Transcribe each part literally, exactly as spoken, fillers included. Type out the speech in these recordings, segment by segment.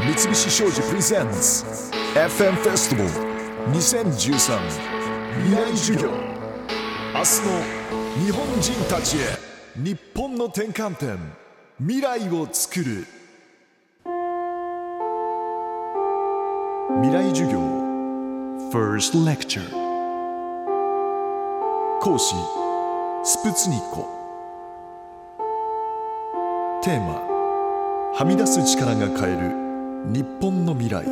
三菱商事プレゼンツ エフエム フェスティバルにせんじゅうさん未来授業。明日の日本人たちへ日本の転換点、未来をつくる未来授業 First Lecture。 講師スプツニコ。テーマ、はみ出す力が変える日本の未来。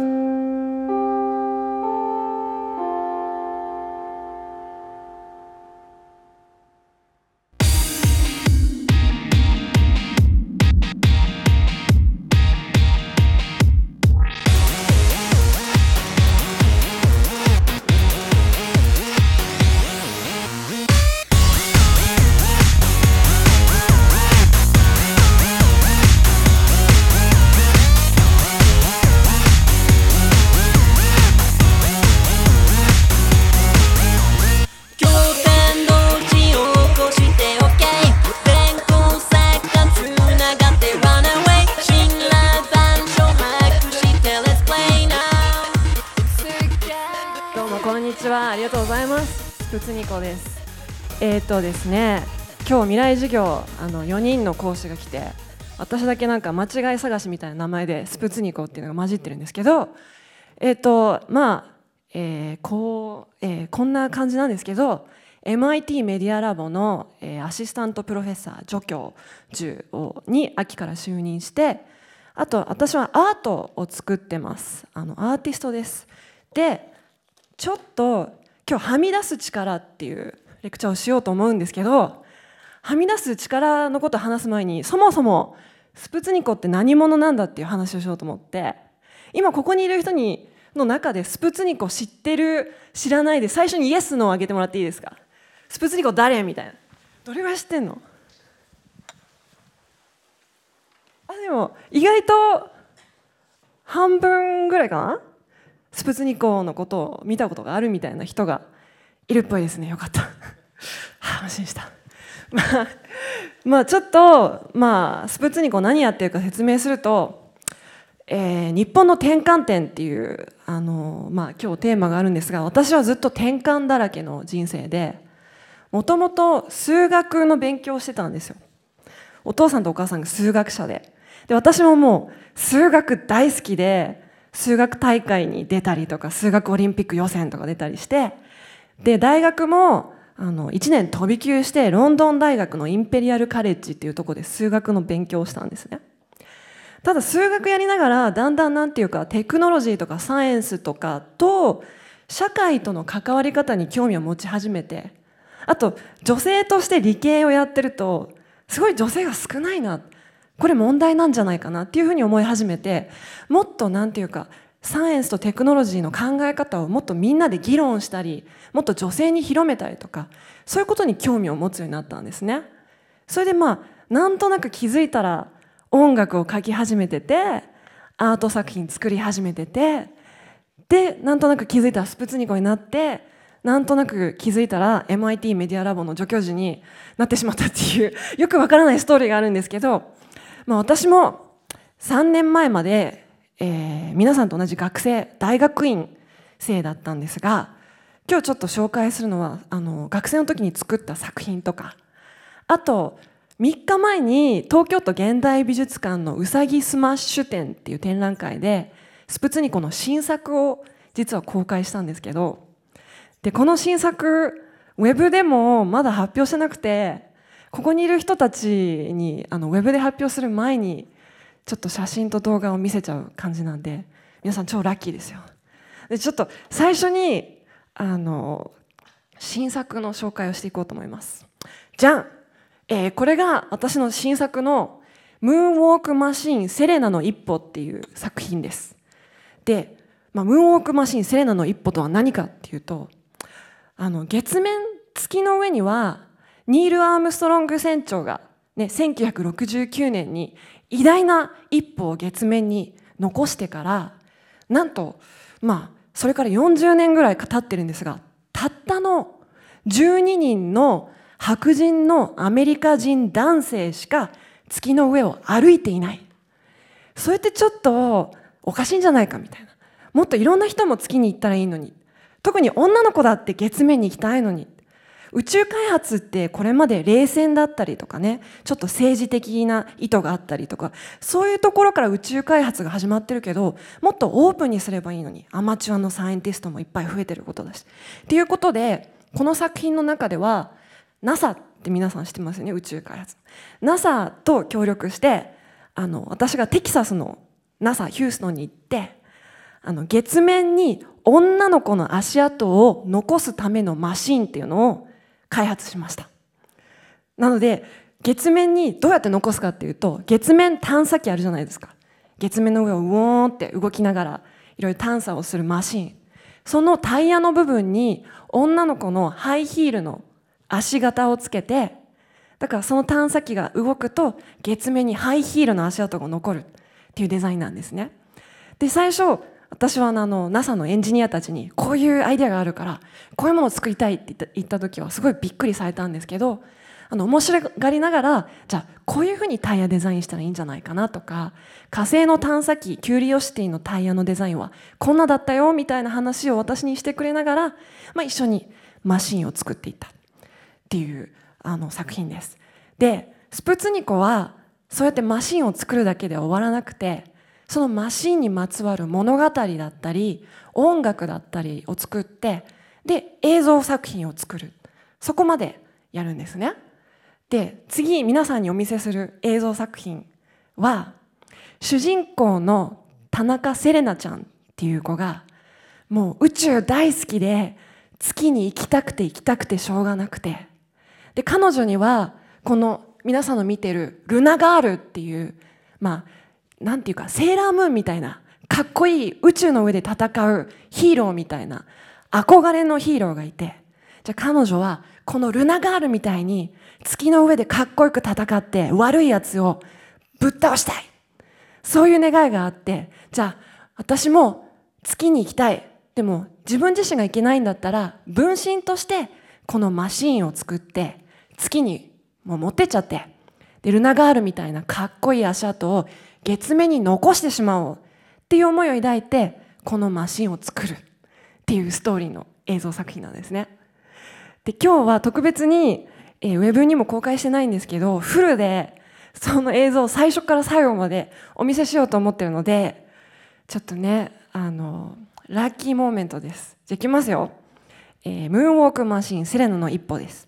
スプツニコです。えーとですね、今日未来授業あのよにんの講師が来て、私だけなんか間違い探しみたいな名前でスプツニコっていうのが混じってるんですけど、えーとまあ、えーこうえー、こんな感じなんですけど、 エムアイティー メディアラボの、えー、アシスタントプロフェッサー助教授をに秋から就任して、あと私はアートを作ってます。あのアーティストです。でちょっと今日はみ出す力っていうレクチャーをしようと思うんですけど、はみ出す力のことを話す前に、そもそもスプツニコって何者なんだっていう話をしようと思って、今ここにいる人にの中でスプツニコ知ってる知らないで最初にイエスノーを挙げてもらっていいですか。スプツニコ誰みたいな。どれぐらい知ってんの？あ、でも意外と半分ぐらいかな。スプツニコのことを見たことがあるみたいな人がいるっぽいですね。よかったはあ、安心したまあ、まあちょっと、まあ、スプツニコ何やってるか説明すると、えー、日本の転換点っていうあの、まあ、今日テーマがあるんですが、私はずっと転換だらけの人生で、もともと数学の勉強をしてたんですよ。お父さんとお母さんが数学者で、で私ももう数学大好きで、数学大会に出たりとか、数学オリンピック予選とか出たりして、で大学もあのいちねん飛び級してロンドン大学のインペリアルカレッジっていうところで数学の勉強をしたんですね。ただ数学やりながらだんだんなんていうか、テクノロジーとかサイエンスとかと社会との関わり方に興味を持ち始めて、あと女性として理系をやってるとすごい女性が少ないな、これ問題なんじゃないかなっていうふうに思い始めて、もっとなんていうかサイエンスとテクノロジーの考え方をもっとみんなで議論したり、もっと女性に広めたりとか、そういうことに興味を持つようになったんですね。それでまあなんとなく気づいたら音楽を書き始めてて、アート作品作り始めてて、でなんとなく気づいたらスプツニコになって、なんとなく気づいたら エムアイティー メディアラボの助教授になってしまったっていうよくわからないストーリーがあるんですけど、まあ、私もさんねんまえまで、えー、皆さんと同じ学生、大学院生だったんですが、今日ちょっと紹介するのはあの学生の時に作った作品とか、あとみっかまえに東京都現代美術館のうさぎスマッシュ展っていう展覧会でスプツニコの新作を実は公開したんですけど、でこの新作ウェブでもまだ発表してなくて、ここにいる人たちにあのウェブで発表する前にちょっと写真と動画を見せちゃう感じなんで、皆さん超ラッキーですよ。でちょっと最初にあの新作の紹介をしていこうと思います。じゃん、えー、これが私の新作のムーンウォークマシーンセレナの一歩っていう作品です。で、まあ、ムーンウォークマシーンセレナの一歩とは何かっていうと、あの月面、月の上にはニール・アームストロング船長が、ね、せんきゅうひゃくろくじゅうきゅうねんに偉大な一歩を月面に残してから、なんと、まあ、それからよんじゅうねんぐらい経ってるんですが、たったのじゅうににんの白人のアメリカ人男性しか月の上を歩いていない。それってちょっとおかしいんじゃないかみたいな、もっといろんな人も月に行ったらいいのに、特に女の子だって月面に行きたいのに、宇宙開発ってこれまで冷戦だったりとかね、ちょっと政治的な意図があったりとか、そういうところから宇宙開発が始まってるけど、もっとオープンにすればいいのに、アマチュアのサイエンティストもいっぱい増えてることだしっていうことで、この作品の中では ナサ って皆さん知ってますよね。宇宙開発 ナサ と協力して、あの私がテキサスの ナサ ヒューストンに行って、あの月面に女の子の足跡を残すためのマシンっていうのを開発しました。なので月面にどうやって残すかっていうと、月面探査機あるじゃないですか。月面の上をウォーンって動きながらいろいろ探査をするマシン、そのタイヤの部分に女の子のハイヒールの足型をつけて、だからその探査機が動くと月面にハイヒールの足跡が残るっていうデザインなんですね。で最初私はあの ナサ のエンジニアたちにこういうアイデアがあるからこういうものを作りたいって言った言った時はすごいびっくりされたんですけど、あの面白がりながら、じゃあこういうふうにタイヤデザインしたらいいんじゃないかなとか、火星の探査機キュリオシティのタイヤのデザインはこんなだったよみたいな話を私にしてくれながら、まあ、一緒にマシンを作っていったっていうあの作品です。でスプツニコはそうやってマシンを作るだけでは終わらなくて、そのマシンにまつわる物語だったり音楽だったりを作って、で映像作品を作る、そこまでやるんですね。で次皆さんにお見せする映像作品は、主人公の田中セレナちゃんっていう子がもう宇宙大好きで月に行きたくて行きたくてしょうがなくて、で彼女にはこの皆さんの見てるルナガールっていう、まあなんていうかセーラームーンみたいなかっこいい宇宙の上で戦うヒーローみたいな憧れのヒーローがいて、じゃあ彼女はこのルナガールみたいに月の上でかっこよく戦って悪いやつをぶっ倒したい、そういう願いがあって、じゃあ私も月に行きたい、でも自分自身が行けないんだったら分身としてこのマシーンを作って月にもう持ってっちゃって、でルナガールみたいなかっこいい足跡を月面に残してしまおうっていう思いを抱いて、このマシンを作るっていうストーリーの映像作品なんですね。で今日は特別に、えー、ウェブにも公開してないんですけど、フルでその映像を最初から最後までお見せしようと思ってるので、ちょっとねあのラッキーモーメントです。じゃあいきますよ、えー、ムーンウォークマシンセレナの一歩です。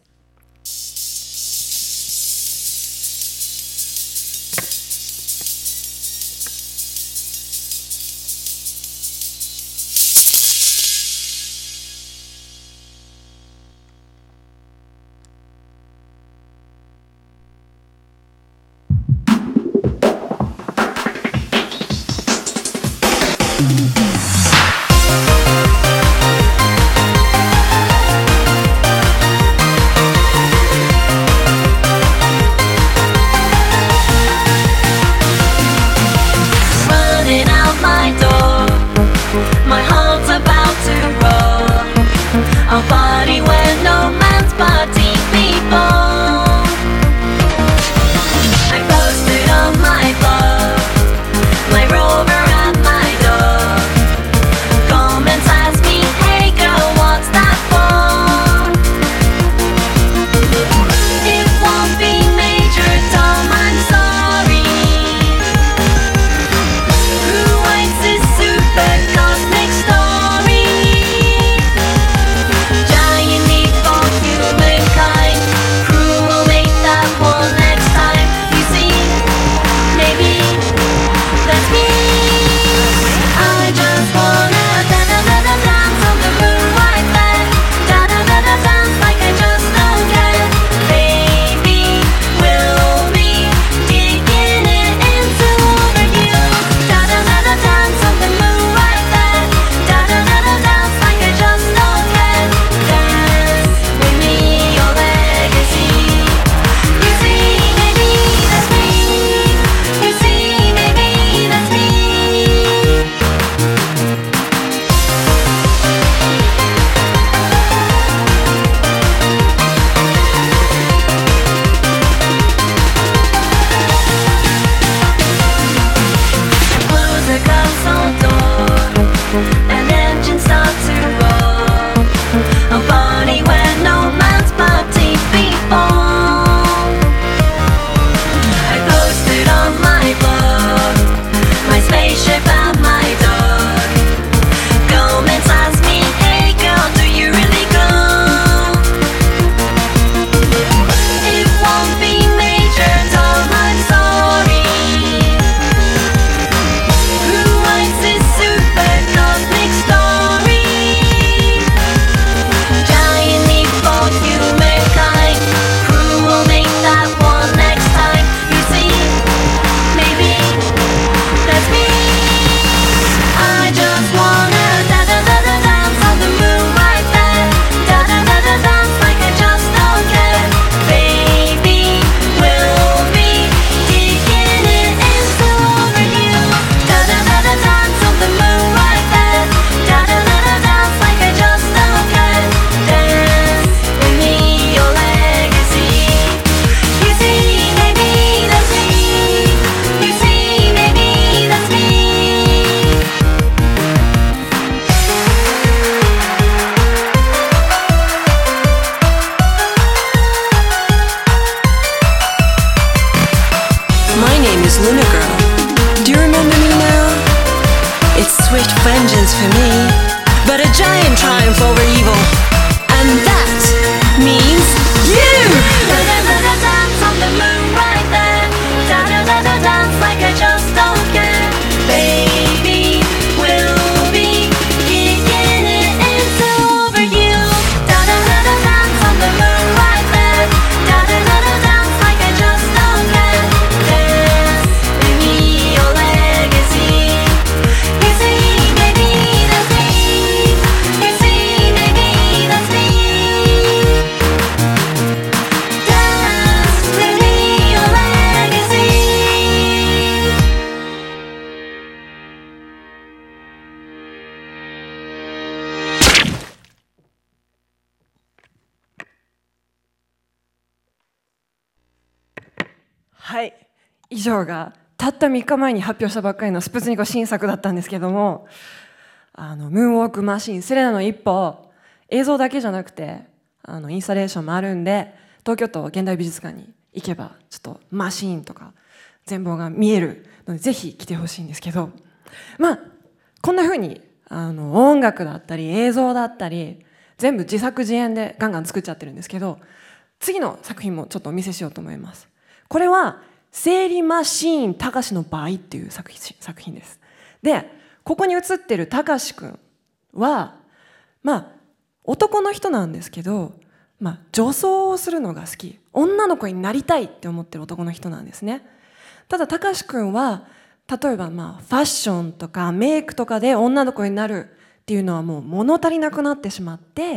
name is Luna Girl. Do you remember me now? It's swift vengeance for me, but a giant triumph over evil. And that means you! Da-da-da-da, dance on the moon right there. Da-da-da-da, dance like I just don't care. Baby, we'll be kicking it into over you. Da-da-da-da, dance on the moon right there. Da-da-da-da, dance like I just don't care. Dance with me, your legacy. You see, baby, that's me. You see, baby, that's me. Dance with me, your legacy. はい、以上がたったみっかまえに発表したばっかりのスプツニコ新作だったんですけども、あのムーンウォークマシンセレナの一歩、映像だけじゃなくてあのインスタレーションもあるんで、東京都現代美術館に行けばちょっとマシーンとか全貌が見えるので、ぜひ来てほしいんですけど、まあこんな風にあの音楽だったり映像だったり全部自作自演でガンガン作っちゃってるんですけど、次の作品もちょっとお見せしようと思います。これは整理マシーンたかしの場合っていう作品作品です。で、ここに写ってるたかしくんはまあ男の人なんですけど、まあ、女装をするのが好き、女の子になりたいって思ってる男の人なんですね。ただたかしくんは例えばまあファッションとかメイクとかで女の子になるっていうのはもう物足りなくなってしまって、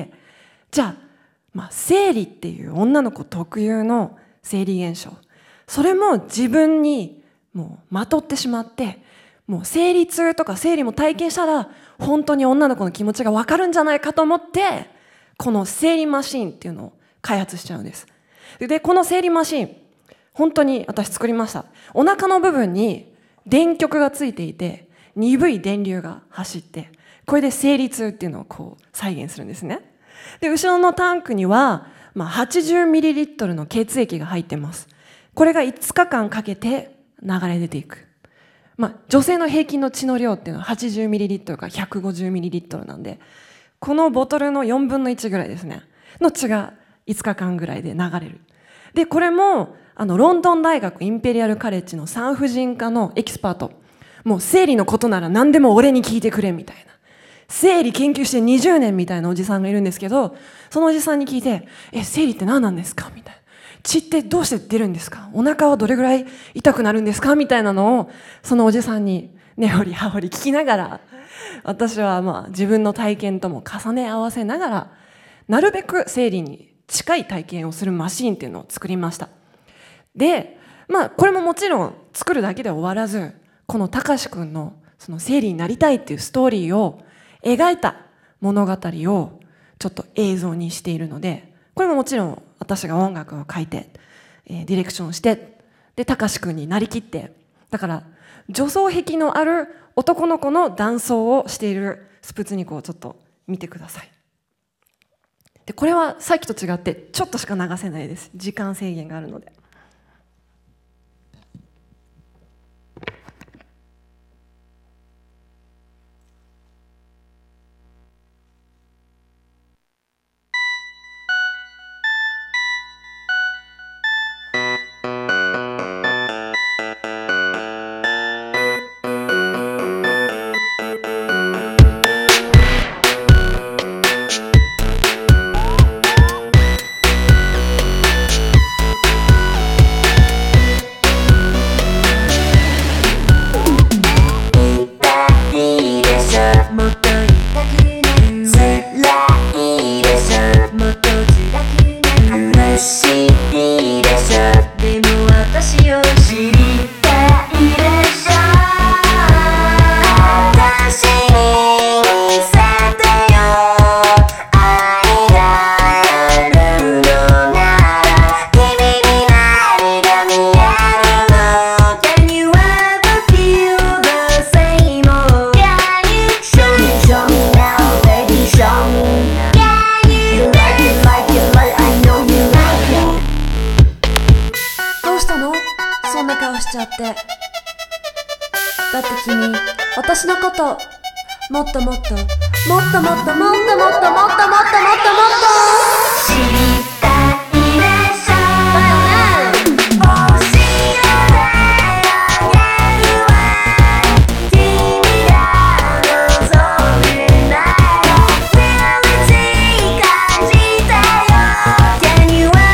じゃあ、まあ、生理っていう女の子特有の生理現象、それも自分にもうまとってしまって、もう生理痛とか生理も体験したら本当に女の子の気持ちが分かるんじゃないかと思って、この生理マシーンっていうのを開発しちゃうんです。で、この生理マシーン本当に私作りました。お腹の部分に電極がついていて、鈍い電流が走って、これで生理痛っていうのをこう再現するんですね。で、後ろのタンクには、まあ、はちじゅうミリリットルの血液が入ってます。これがいつかかんかけて流れ出ていく。まあ、女性の平均の血の量っていうのは はちじゅうミリリットル から ひゃくごじゅうミリリットル なんで、このボトルのよんぶんのいちぐらいですねの血がいつかかんぐらいで流れる。で、これもあのロンドン大学インペリアルカレッジの産婦人科のエキスパート、もう生理のことなら何でも俺に聞いてくれみたいな、生理研究してにじゅうねんみたいなおじさんがいるんですけど、そのおじさんに聞いて、え、生理って何なんですかみたいな。血ってどうして出るんですか、お腹はどれぐらい痛くなるんですかみたいなのをそのおじさんに根掘り葉掘り聞きながら、私はまあ自分の体験とも重ね合わせながら、なるべく生理に近い体験をするマシーンっていうのを作りました。で、まあこれももちろん作るだけで終わらず、このたかしくんのその生理になりたいっていうストーリーを描いた物語をちょっと映像にしているので、これももちろん私が音楽を書いて、えー、ディレクションして、でたかしくんになりきって、だから女装癖のある男の子の男装をしているスプツニコをちょっと見てください。でこれはさっきと違ってちょっとしか流せないです。時間制限があるので。 ってだって君私のこともっともっともっともっともっともっともっともっともっともっと知りたいでしょだよね教えてあげるわ君が望むなら Reality 感じたよ Can you ever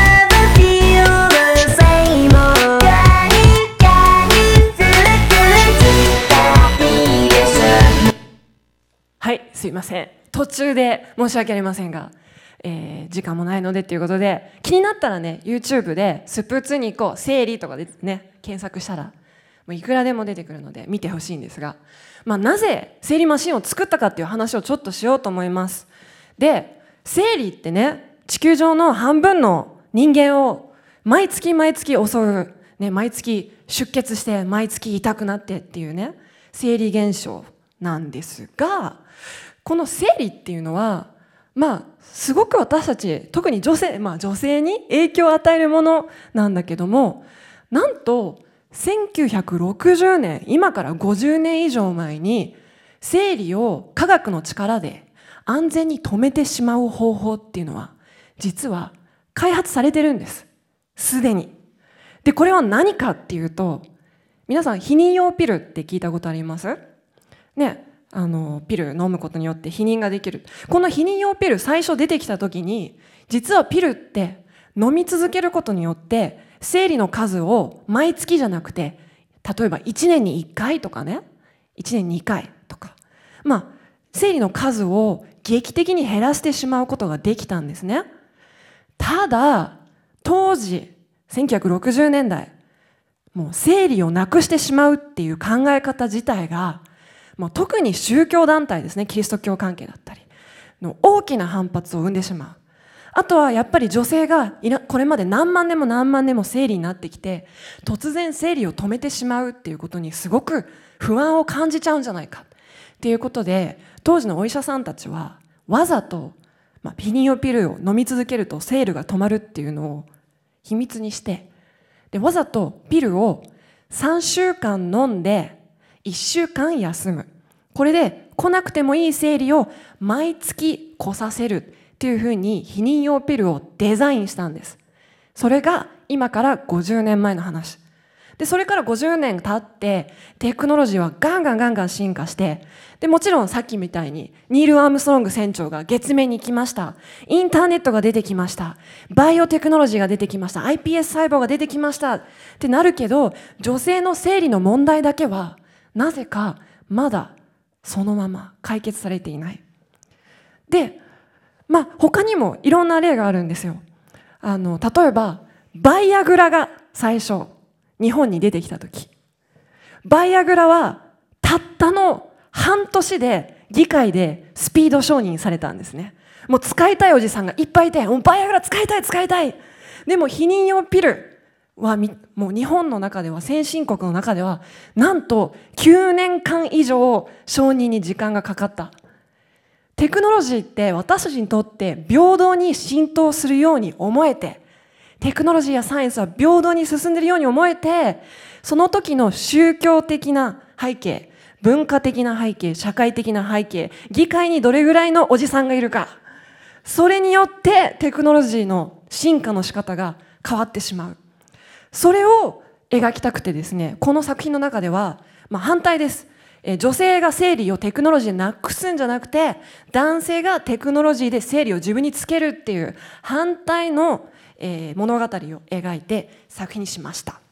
feel the same? Can you, can you feel it, feel it? 伝えいいでしょはい、すいません。途中で申し訳ありませんが、えー時間もないのでっていうことで、気になったらね、YouTube でスプツニコ生理とかでね、検索したら、もういくらでも出てくるので見てほしいんですが、まあ、なぜ生理マシンを作ったかっていう話をちょっとしようと思います。で、生理ってね、地球上の半分の人間を毎月毎月襲う、ね、毎月出血して毎月痛くなってっていうね、生理現象なんですが、この生理っていうのはまあすごく私たち特に女性、まあ、女性に影響を与えるものなんだけども、なんとせんきゅうひゃくろくじゅうねん、今からごじゅうねん以上前に生理を科学の力で安全に止めてしまう方法っていうのは実は開発されてるんです、すでに。でこれは何かっていうと、皆さん避妊用ピルって聞いたことありますね。あのピル飲むことによって避妊ができる。この避妊用ピル最初出てきた時に、実はピルって飲み続けることによって生理の数を毎月じゃなくて、例えばいちねんにいっかいとかね、いちねんににかいとか、まあ生理の数を劇的に減らしてしまうことができたんですね。ただ当時せんきゅうひゃくろくじゅうねんだい、もう生理をなくしてしまうっていう考え方自体が、もう特に宗教団体ですね、キリスト教関係だったりの大きな反発を生んでしまう。あとはやっぱり女性がこれまで何万年も何万年も生理になってきて、突然生理を止めてしまうっていうことにすごく不安を感じちゃうんじゃないかっていうことで、当時のお医者さんたちはわざと、まあ、避妊用ピルを飲み続けると生理が止まるっていうのを秘密にして、でわざとピルをさんしゅうかん飲んでいっしゅうかん休む。これで来なくてもいい生理を毎月来させるっていうふうに避妊用ピルをデザインしたんです。それが今からごじゅうねんまえの話。で、それからごじゅうねん経ってテクノロジーはガンガンガンガン進化して、でもちろんさっきみたいにニール・アームストロング船長が月面に行きました。インターネットが出てきました。バイオテクノロジーが出てきました。アイピーエス 細胞が出てきましたってなるけど、女性の生理の問題だけはなぜかまだそのまま解決されていない。で、まあ他にもいろんな例があるんですよ。あの例えばバイアグラが最初日本に出てきた時、バイアグラはたったの半年で議会でスピード承認されたんですね。もう使いたいおじさんがいっぱいいて、もうバイアグラ使いたい使いたい。でも避妊用ピルはもう日本の中では、先進国の中ではなんときゅうねんかん以上承認に時間がかかった。テクノロジーって私たちにとって平等に浸透するように思えて、テクノロジーやサイエンスは平等に進んでいるように思えて、その時の宗教的な背景、文化的な背景、社会的な背景、議会にどれぐらいのおじさんがいるか、それによってテクノロジーの進化の仕方が変わってしまう。それを描きたくてですね、この作品の中では、まあ、反対です。え女性が生理をテクノロジーでなくすんじゃなくて、男性がテクノロジーで生理を自分につけるっていう反対の、えー、物語を描いて作品にしました。